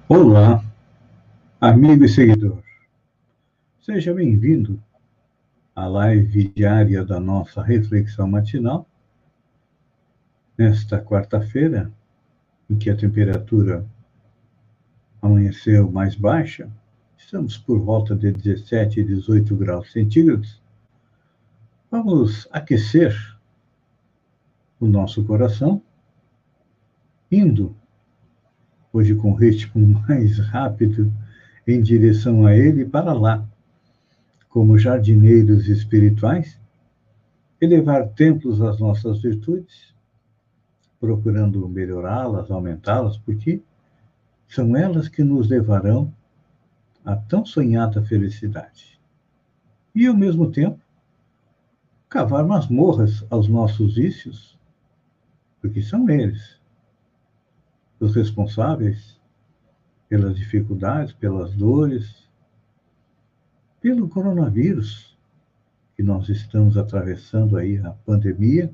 Olá, amigo e seguidor. Seja bem-vindo à live diária da nossa reflexão matinal, nesta quarta-feira, em que a temperatura amanheceu mais baixa. Estamos por volta de 17 e 18 graus centígrados. Vamos aquecer o nosso coração, indo hoje com ritmo mais rápido em direção a Ele para lá, como jardineiros espirituais, elevar templos às nossas virtudes, procurando melhorá-las, aumentá-las, porque são elas que nos levarão à tão sonhada felicidade. E, ao mesmo tempo, cavar masmorras aos nossos vícios, porque são eles os responsáveis pelas dificuldades, pelas dores, pelo coronavírus que nós estamos atravessando aí, a pandemia.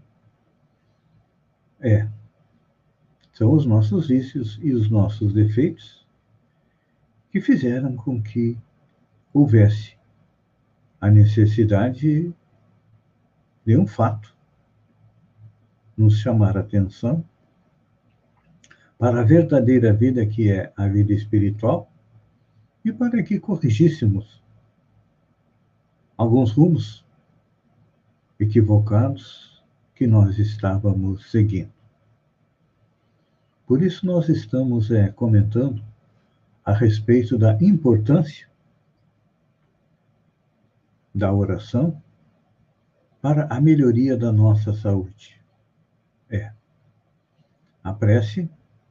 São os nossos vícios e os nossos defeitos que fizeram com que houvesse a necessidade de um fato nos chamar a atenção para a verdadeira vida, que é a vida espiritual, e para que corrigíssemos alguns rumos equivocados que nós estávamos seguindo. Por isso nós estamos comentando a respeito da importância da oração para a melhoria da nossa saúde. A prece,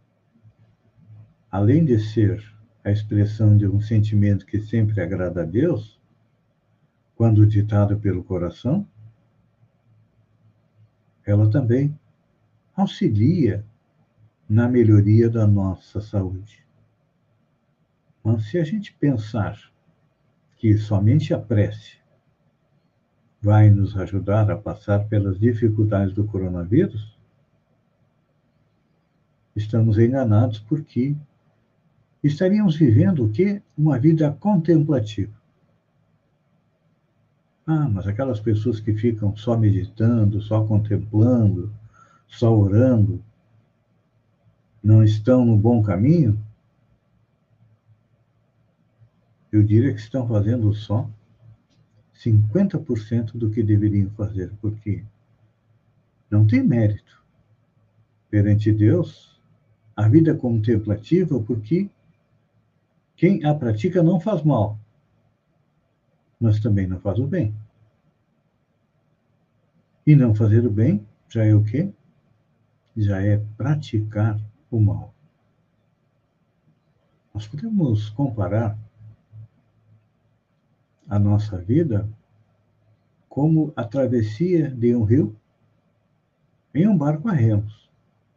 além de ser a expressão de um sentimento que sempre agrada a Deus, quando ditado pelo coração, ela também auxilia na melhoria da nossa saúde. Mas se a gente pensar que somente a prece vai nos ajudar a passar pelas dificuldades do coronavírus, estamos enganados, porque estaríamos vivendo o quê? Uma vida contemplativa. Mas aquelas pessoas que ficam só meditando, só contemplando, só orando, não estão no bom caminho? Eu diria que estão fazendo só 50% do que deveriam fazer, porque não tem mérito perante Deus a vida contemplativa, porque quem a pratica não faz mal, mas também não faz o bem. E não fazer o bem já é o quê? Já é praticar o mal. Nós podemos comparar a nossa vida como a travessia de um rio em um barco a remos.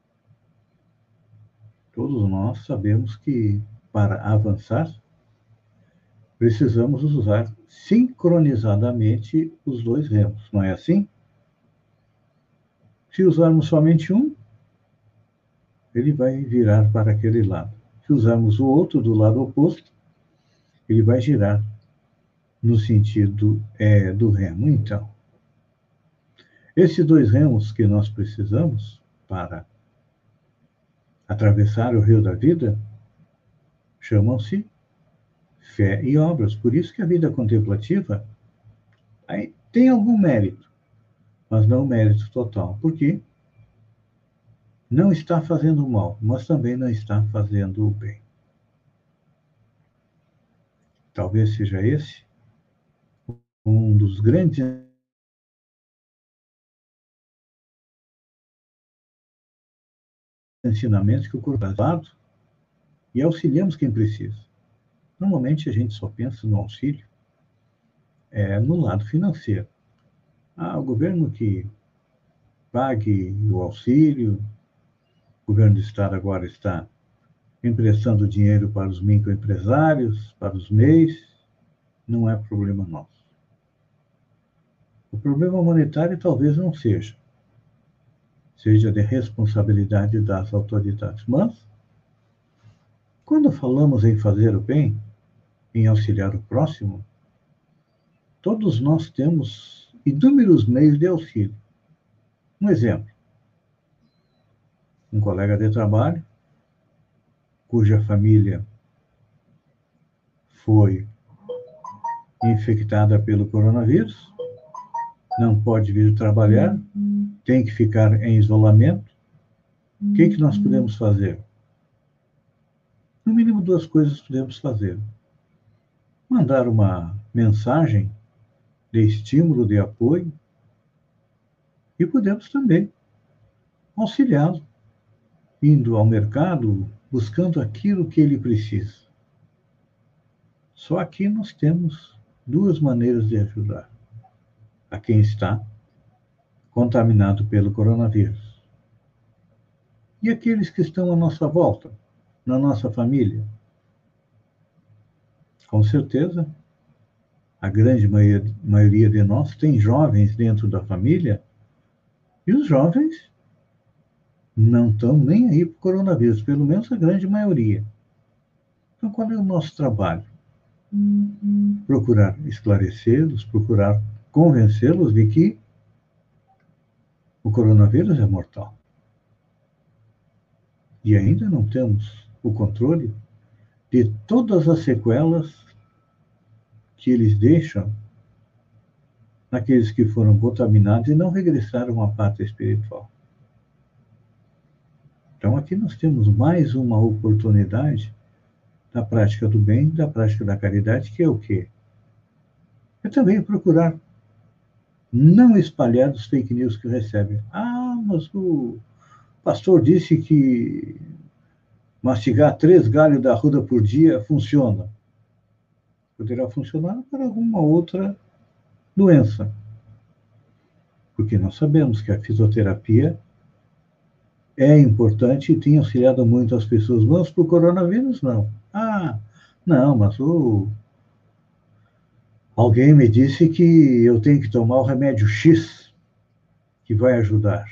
Todos nós sabemos que, para avançar, precisamos usar sincronizadamente os dois remos, não é assim? Se usarmos somente um, ele vai virar para aquele lado. Se usarmos o outro do lado oposto, ele vai girar no sentido do remo. Então, esses dois remos que nós precisamos para atravessar o rio da vida chamam-se fé e obras. Por isso que a vida contemplativa tem algum mérito, mas não mérito total. Por quê? Não está fazendo o mal, mas também não está fazendo o bem. Talvez seja esse um dos grandes ensinamentos que o curso faz dado, e auxiliamos quem precisa. Normalmente a gente só pensa no auxílio no lado financeiro. O governo que pague o auxílio, o governo do estado agora está emprestando dinheiro para os microempresários, para os MEIs, não é problema nosso. O problema monetário talvez não seja de responsabilidade das autoridades, mas Quando falamos em fazer o bem, em auxiliar o próximo, todos nós temos inúmeros meios de auxílio. Um exemplo: um colega de trabalho, cuja família foi infectada pelo coronavírus, não pode vir trabalhar, tem que ficar em isolamento. O que nós podemos fazer? No mínimo, duas coisas podemos fazer: mandar uma mensagem de estímulo, de apoio, e podemos também auxiliá-lo, indo ao mercado, buscando aquilo que ele precisa. Só aqui nós temos duas maneiras de ajudar a quem está contaminado pelo coronavírus. E aqueles que estão à nossa volta, na nossa família? Com certeza, a grande maioria de nós tem jovens dentro da família, e os jovens não estão nem aí para o coronavírus, pelo menos a grande maioria. Então, qual é o nosso trabalho? Procurar esclarecê-los, procurar convencê-los de que o coronavírus é mortal. E ainda não temos o controle de todas as sequelas que eles deixam naqueles que foram contaminados e não regressaram à pátria espiritual. Então, aqui nós temos mais uma oportunidade da prática do bem, da prática da caridade, que é o quê? É também procurar não espalhar os fake news que recebem. Ah, mas o pastor disse que mastigar 3 galhos da arruda por dia funciona. Poderá funcionar para alguma outra doença. Porque nós sabemos que a fisioterapia é importante e tem auxiliado muito as pessoas. Vamos para o coronavírus? Não. Ah, não, mas alguém me disse que eu tenho que tomar o remédio X, que vai ajudar.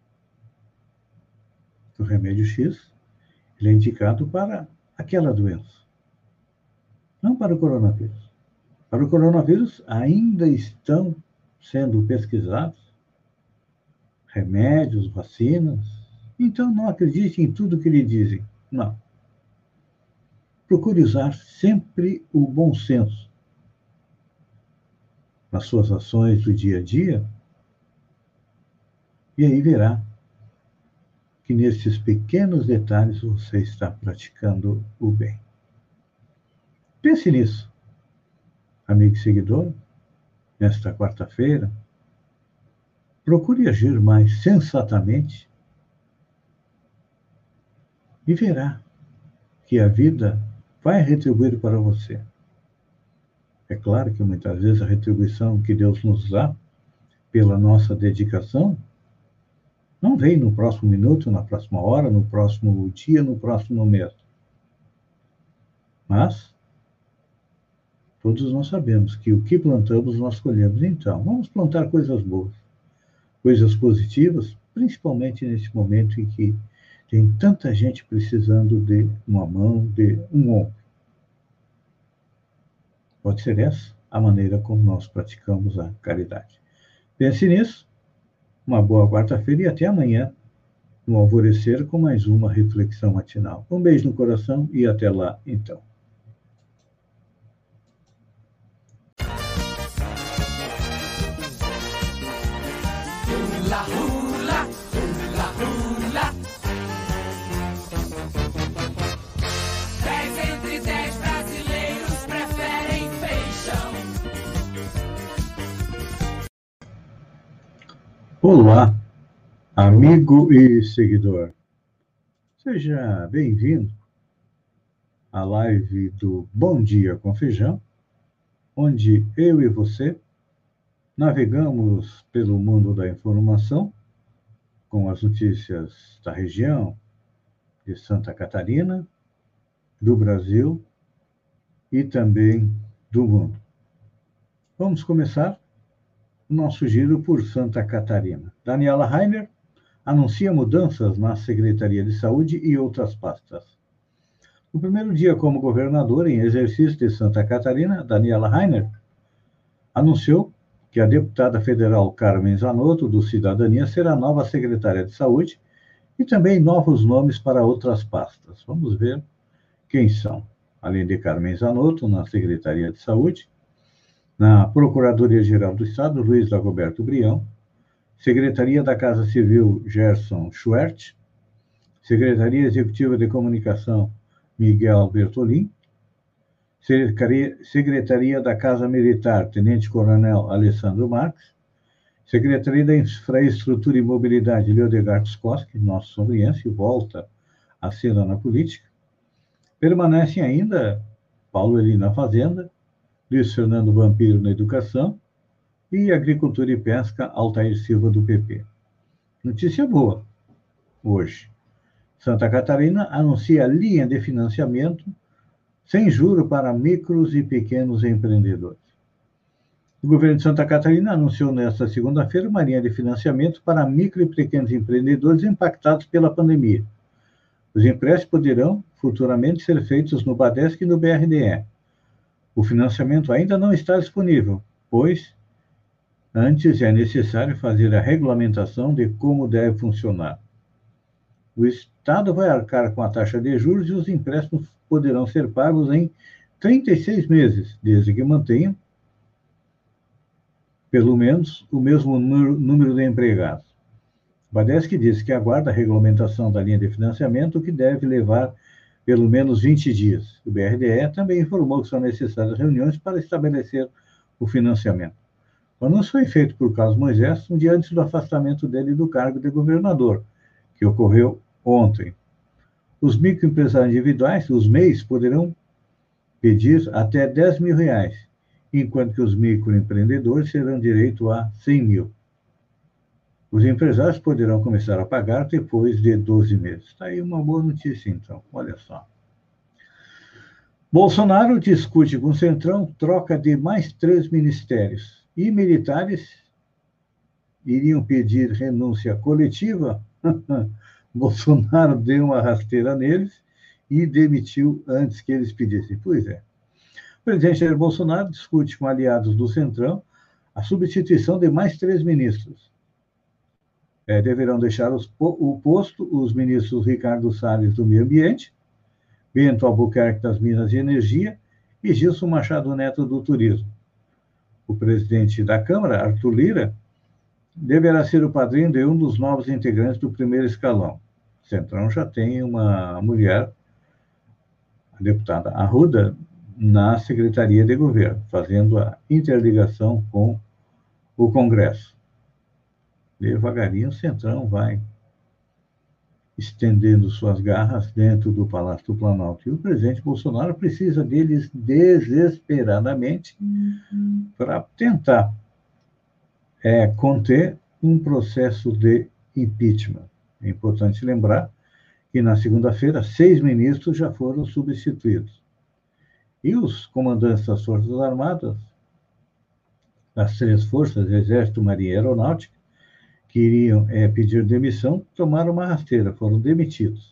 O remédio X, ele é indicado para aquela doença, não para o coronavírus. Para o coronavírus, ainda estão sendo pesquisados remédios, vacinas. Então, não acredite em tudo que lhe dizem. Não. Procure usar sempre o bom senso nas suas ações do dia a dia, e aí verá que nesses pequenos detalhes você está praticando o bem. Pense nisso, amigo e seguidor, nesta quarta-feira. Procure agir mais sensatamente e verá que a vida vai retribuir para você. É claro que muitas vezes a retribuição que Deus nos dá pela nossa dedicação não vem no próximo minuto, na próxima hora, no próximo dia, no próximo mês. Mas todos nós sabemos que o que plantamos, nós colhemos. Então, vamos plantar coisas boas, coisas positivas, principalmente nesse momento em que tem tanta gente precisando de uma mão, de um ombro. Pode ser essa a maneira como nós praticamos a caridade. Pense nisso. Uma boa quarta-feira e até amanhã, no alvorecer, com mais uma reflexão matinal. Um beijo no coração e até lá, então. Hula, hula, hula, hula. 10 entre 10 brasileiros preferem feijão. Olá, amigo e seguidor. Seja bem-vindo à live do Bom Dia com Feijão, onde eu e você navegamos pelo mundo da informação com as notícias da região, de Santa Catarina, do Brasil e também do mundo. Vamos começar o nosso giro por Santa Catarina. Daniela Rainer anuncia mudanças na Secretaria de Saúde e outras pastas. No primeiro dia como governador em exercício de Santa Catarina, Daniela Rainer anunciou que a deputada federal Carmen Zanotto, do Cidadania, será a nova secretária de Saúde e também novos nomes para outras pastas. Vamos ver quem são. Além de Carmen Zanotto, na Secretaria de Saúde, na Procuradoria-Geral do Estado, Luiz Dagoberto Brião, Secretaria da Casa Civil, Gerson Schwert, Secretaria Executiva de Comunicação, Miguel Bertolin, Secretaria da Casa Militar, Tenente Coronel Alessandro Marques, Secretaria da Infraestrutura e Mobilidade, Leodegar Skoski, nosso sombrense, volta à cena na política. Permanecem ainda Paulo Eli na Fazenda, Luiz Fernando Vampiro na Educação e Agricultura e Pesca, Altair Silva, do PP. Notícia boa, hoje. Santa Catarina anuncia linha de financiamento sem juro para micros e pequenos empreendedores. O governo de Santa Catarina anunciou nesta segunda-feira uma linha de financiamento para micro e pequenos empreendedores impactados pela pandemia. Os empréstimos poderão futuramente ser feitos no Badesc e no BRDE. O financiamento ainda não está disponível, pois antes é necessário fazer a regulamentação de como deve funcionar. O Estado vai arcar com a taxa de juros e os empréstimos poderão ser pagos em 36 meses, desde que mantenham pelo menos o mesmo número de empregados. O Badesc diz que aguarda a regulamentação da linha de financiamento, que deve levar pelo menos 20 dias. O BRDE também informou que são necessárias reuniões para estabelecer o financiamento. O anúncio foi feito por Carlos Moisés um dia antes do afastamento dele do cargo de governador, que ocorreu ontem. Os microempresários individuais, os MEIs, poderão pedir até R$10 mil, enquanto que os microempreendedores terão direito a 100 mil. Os empresários poderão começar a pagar depois de 12 meses. Está aí uma boa notícia, então. Olha só. Bolsonaro discute com o Centrão troca de mais 3 ministérios. E militares iriam pedir renúncia coletiva. Bolsonaro deu uma rasteira neles e demitiu antes que eles pedissem. Pois é. O presidente Jair Bolsonaro discute com aliados do Centrão a substituição de mais 3 ministros. Deverão deixar o posto os ministros Ricardo Salles, do Meio Ambiente, Bento Albuquerque, das Minas e Energia, e Gilson Machado Neto, do Turismo. O presidente da Câmara, Arthur Lira, deverá ser o padrinho de um dos novos integrantes do primeiro escalão. O Centrão já tem uma mulher, a deputada Arruda, na Secretaria de Governo, fazendo a interligação com o Congresso. Devagarinho o Centrão vai estendendo suas garras dentro do Palácio do Planalto. E o presidente Bolsonaro precisa deles desesperadamente para tentar conter um processo de impeachment. É importante lembrar que na segunda-feira 6 ministros já foram substituídos. E os comandantes das Forças Armadas, das 3 forças, Exército, Marinha e Aeronáutica, que iriam pedir demissão, tomaram uma rasteira, foram demitidos.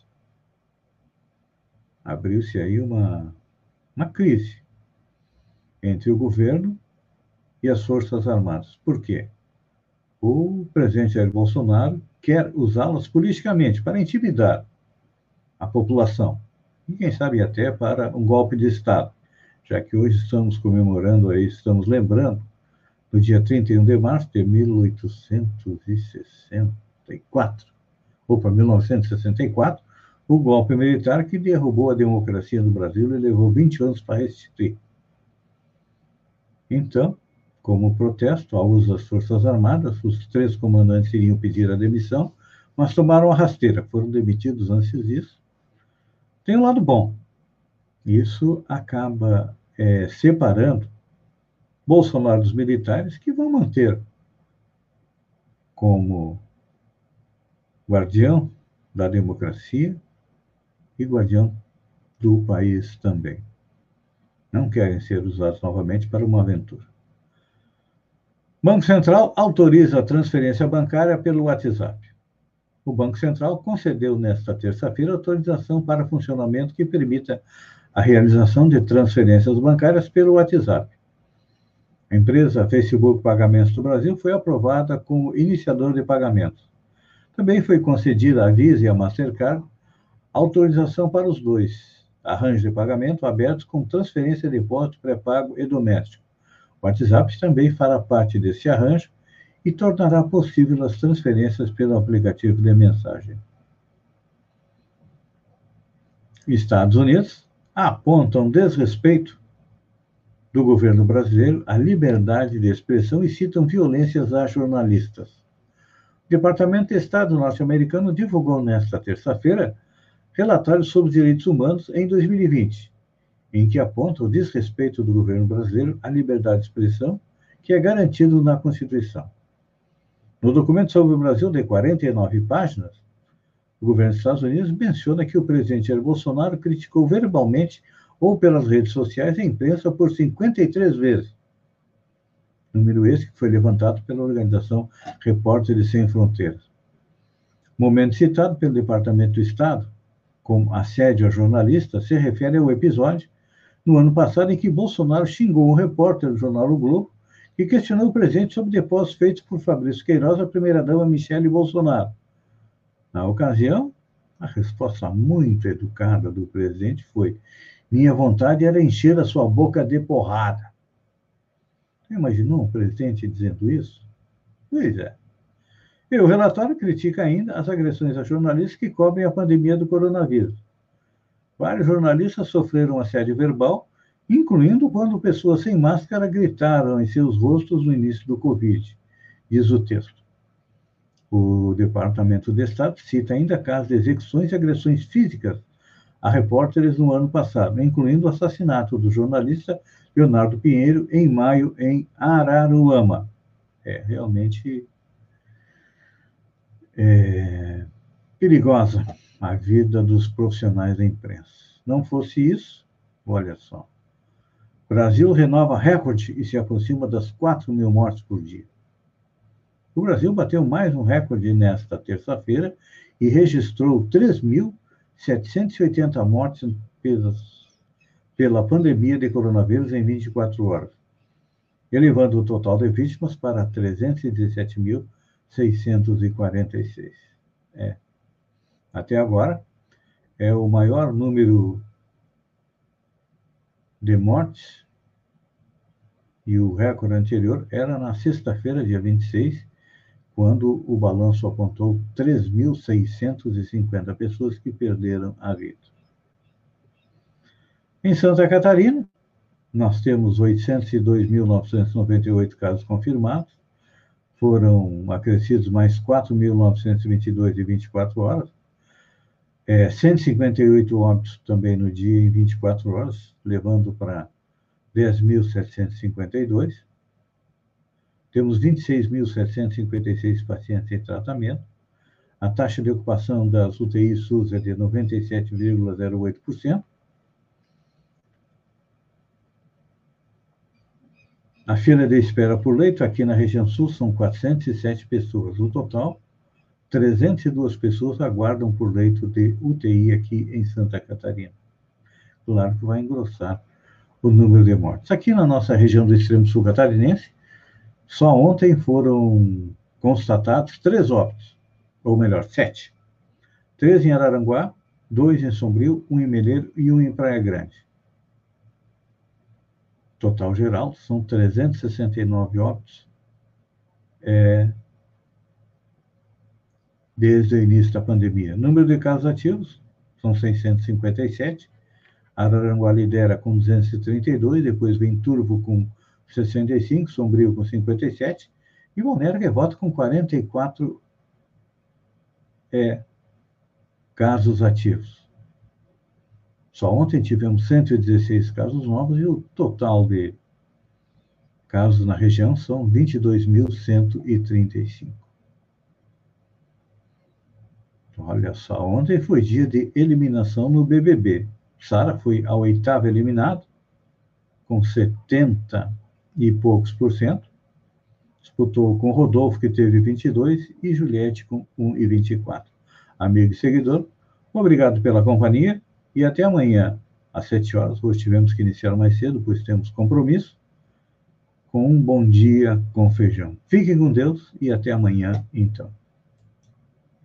Abriu-se aí uma crise entre o governo e as Forças Armadas. Por quê? O presidente Jair Bolsonaro quer usá-las politicamente para intimidar a população. E quem sabe até para um golpe de Estado, já que hoje estamos comemorando, estamos lembrando, no dia 31 de março de 1964, o golpe militar que derrubou a democracia no Brasil e levou 20 anos para restituir. Então, como protesto ao uso das Forças Armadas, os 3 comandantes iriam pedir a demissão, mas tomaram a rasteira, foram demitidos antes disso. Tem um lado bom. Isso acaba separando Bolsonaro dos militares, que vão manter como guardião da democracia e guardião do país também. Não querem ser usados novamente para uma aventura. Banco Central autoriza a transferência bancária pelo WhatsApp. o Banco Central concedeu nesta terça-feira autorização para funcionamento que permita a realização de transferências bancárias pelo WhatsApp. A empresa Facebook Pagamentos do Brasil foi aprovada como iniciador de pagamentos. Também foi concedida à Visa e à Mastercard autorização para os dois arranjos de pagamento abertos com transferência, depósito, pré-pago e doméstico. O WhatsApp também fará parte desse arranjo e tornará possível as transferências pelo aplicativo de mensagem. Estados Unidos apontam desrespeito do governo brasileiro à liberdade de expressão e citam violências a jornalistas. O Departamento de Estado norte-americano divulgou nesta terça-feira relatório sobre direitos humanos em 2020, em que aponta o desrespeito do governo brasileiro à liberdade de expressão, que é garantido na Constituição. No documento sobre o Brasil, de 49 páginas, o governo dos Estados Unidos menciona que o presidente Jair Bolsonaro criticou verbalmente ou pelas redes sociais a imprensa por 53 vezes. Número esse que foi levantado pela organização Repórteres Sem Fronteiras. Momento citado pelo Departamento do Estado como assédio a jornalistas se refere ao episódio no ano passado em que Bolsonaro xingou um repórter do jornal O Globo que questionou o presidente sobre depósitos feitos por Fabrício Queiroz à primeira-dama Michele Bolsonaro. Na ocasião, a resposta muito educada do presidente foi: minha vontade era encher a sua boca de porrada. Você imaginou um presidente dizendo isso? Pois é. E o relatório critica ainda as agressões a jornalistas que cobrem a pandemia do coronavírus. Vários jornalistas sofreram assédio verbal, incluindo quando pessoas sem máscara gritaram em seus rostos no início do Covid, diz o texto. O Departamento de Estado cita ainda casos de execuções e agressões físicas a repórteres no ano passado, incluindo o assassinato do jornalista Leonardo Pinheiro em maio em Araruama. Realmente perigosa a vida dos profissionais da imprensa. Não fosse isso, olha só, o Brasil renova recorde e se aproxima das 4.000 mortes por dia. O Brasil bateu mais um recorde nesta terça-feira e registrou 3.780 mortes pela pandemia de coronavírus em 24 horas, elevando o total de vítimas para 317.646. Até agora, é o maior número de mortes, e o recorde anterior era na sexta-feira, dia 26, quando o balanço apontou 3.650 pessoas que perderam a vida. Em Santa Catarina, nós temos 802.998 casos confirmados, foram acrescidos mais 4.922 em 24 horas, 158 óbitos também no dia em 24 horas, levando para 10.752. Temos 26.756 pacientes em tratamento. A taxa de ocupação das UTIs SUS é de 97,08%. A fila de espera por leito aqui na região sul são 407 pessoas. No total, 302 pessoas aguardam por leito de UTI aqui em Santa Catarina. Claro que vai engrossar o número de mortes. Aqui na nossa região do extremo sul catarinense, só ontem foram constatados 3 óbitos, ou melhor, 7. 3 em Araranguá, 2 em Sombrio, 1 em Meleiro e 1 em Praia Grande. Total geral, são 369 óbitos desde o início da pandemia. Número de casos ativos são 657. Araranguá lidera com 232, depois vem Turvo com 65, Sombrio com 57 e Balneário Gaivota com 44 casos ativos. Só ontem tivemos 116 casos novos e o total de casos na região são 22.135. Olha só, ontem foi dia de eliminação no BBB. Sara foi a 8ª eliminada, com 70 e poucos %. Disputou com Rodolfo, que teve 22, e Juliette com 1,24. amigo e seguidor. Obrigado pela companhia e até amanhã, às 7 horas. Hoje tivemos que iniciar mais cedo, pois temos compromisso, com um bom dia com feijão. Fiquem com Deus e até amanhã, então.